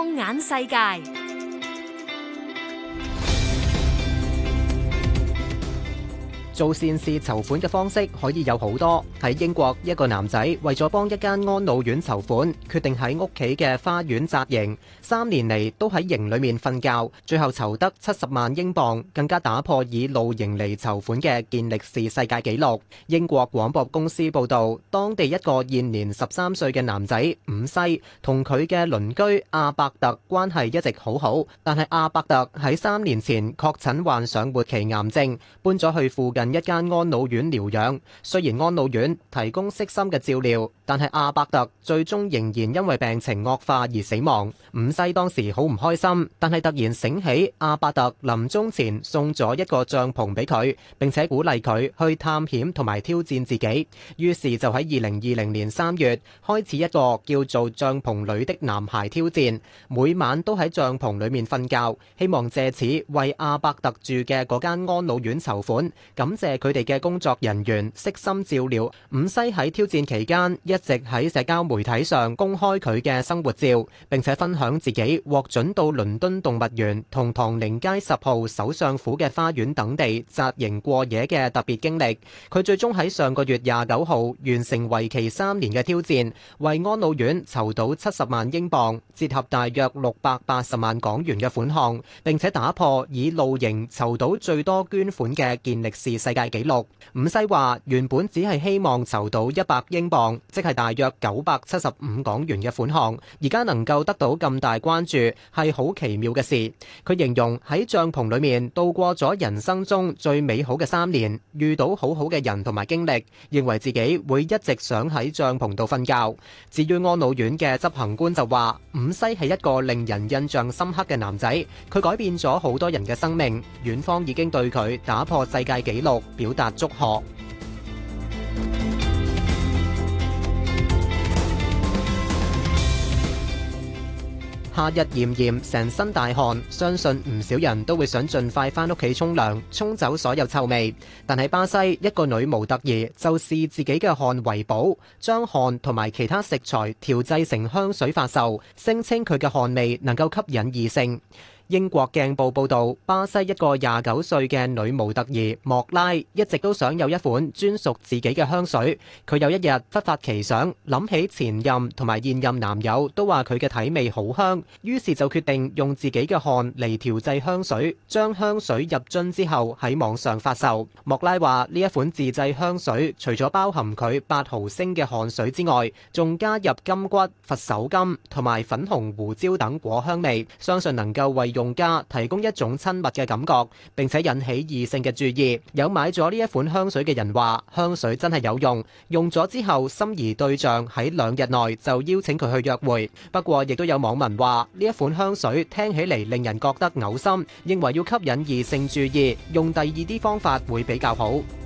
放眼世界。 做善事籌款嘅方式可以有好多。喺英國，一個男仔為咗幫一間安老院籌款，決定喺屋企嘅花園紮營，3年嚟都喺營裏面瞓覺，最後籌得70萬英鎊，更加打破以露營嚟籌款嘅健力士世界紀錄。英國廣播公司報導，當地一個現年13歲嘅男仔伍西，同佢嘅鄰居阿伯特關係一直好好，但係阿伯特喺3年前確診患上末期癌症，搬咗去附近一間安老院療養。雖然安老院提供悉心嘅照料，但係阿伯特最終仍然因為病情惡化而死亡。伍西當時好唔開心，但係突然醒起阿伯特臨終前送咗一個帳篷俾佢，並且鼓勵佢去探險同埋挑戰自己。於是就喺2020年3月開始一個叫做帳篷裏的男孩挑戰，每晚都喺帳篷裏面瞓覺，希望借此為阿伯特住嘅嗰間安老院籌款。感謝佢哋嘅工作人員悉心照料。伍西喺挑戰期間一直喺社交媒體上公開佢嘅生活照，並且分享自己獲准到倫敦動物園同唐寧街10號首相府嘅花園等地紮營過夜嘅特別經歷。佢最終喺上個月29號完成為期3年嘅挑戰，為安老院籌到70萬英鎊，折合大約680萬港元嘅款項，並且打破以露營籌到最多捐款嘅健力士世界紀錄。伍西話原本只係希望籌到100英鎊，即係大約975港元嘅款項，而家能夠得到咁大關注係好奇妙嘅事。佢形容喺帳篷裏面度過咗人生中最美好嘅3年，遇到好好嘅人同埋經歷，認為自己會一直想喺帳篷度瞓覺。至於安老院嘅執行官就話，伍西係一個令人印象深刻嘅男仔，佢改變咗好多人嘅生命，院方已經對佢打破世界紀錄表達祝賀。夏日炎炎，成身大汗，相信唔少人都會想盡快返屋企沖涼，沖走所有臭味。但喺巴西，一個女模特兒就視自己嘅汗為寶，將汗同埋其他食材調製成香水發售，聲稱佢嘅汗味能夠吸引異性。英國鏡報報導，巴西一個29歲嘅女模特兒莫拉一直都想有一款專屬自己嘅香水。佢有一日忽發奇想，諗起前任同埋現任男友都話佢嘅體味好香，於是就決定用自己嘅汗嚟調製香水，將香水入樽之後喺網上發售。莫拉話呢一款自製香水除咗包含佢8毫升嘅汗水之外，仲加入金骨、佛手柑同埋粉紅胡椒等果香味，相信能夠為用家提供一種親密嘅感覺，並且引起異性嘅注意。有買咗呢一款香水嘅人話，香水真係有用，用咗之後心儀對象喺2日內就邀請佢去約會。不過亦都有網民話，呢一款香水聽起嚟令人覺得嘔心，認為要吸引異性注意，用第二啲方法會比較好。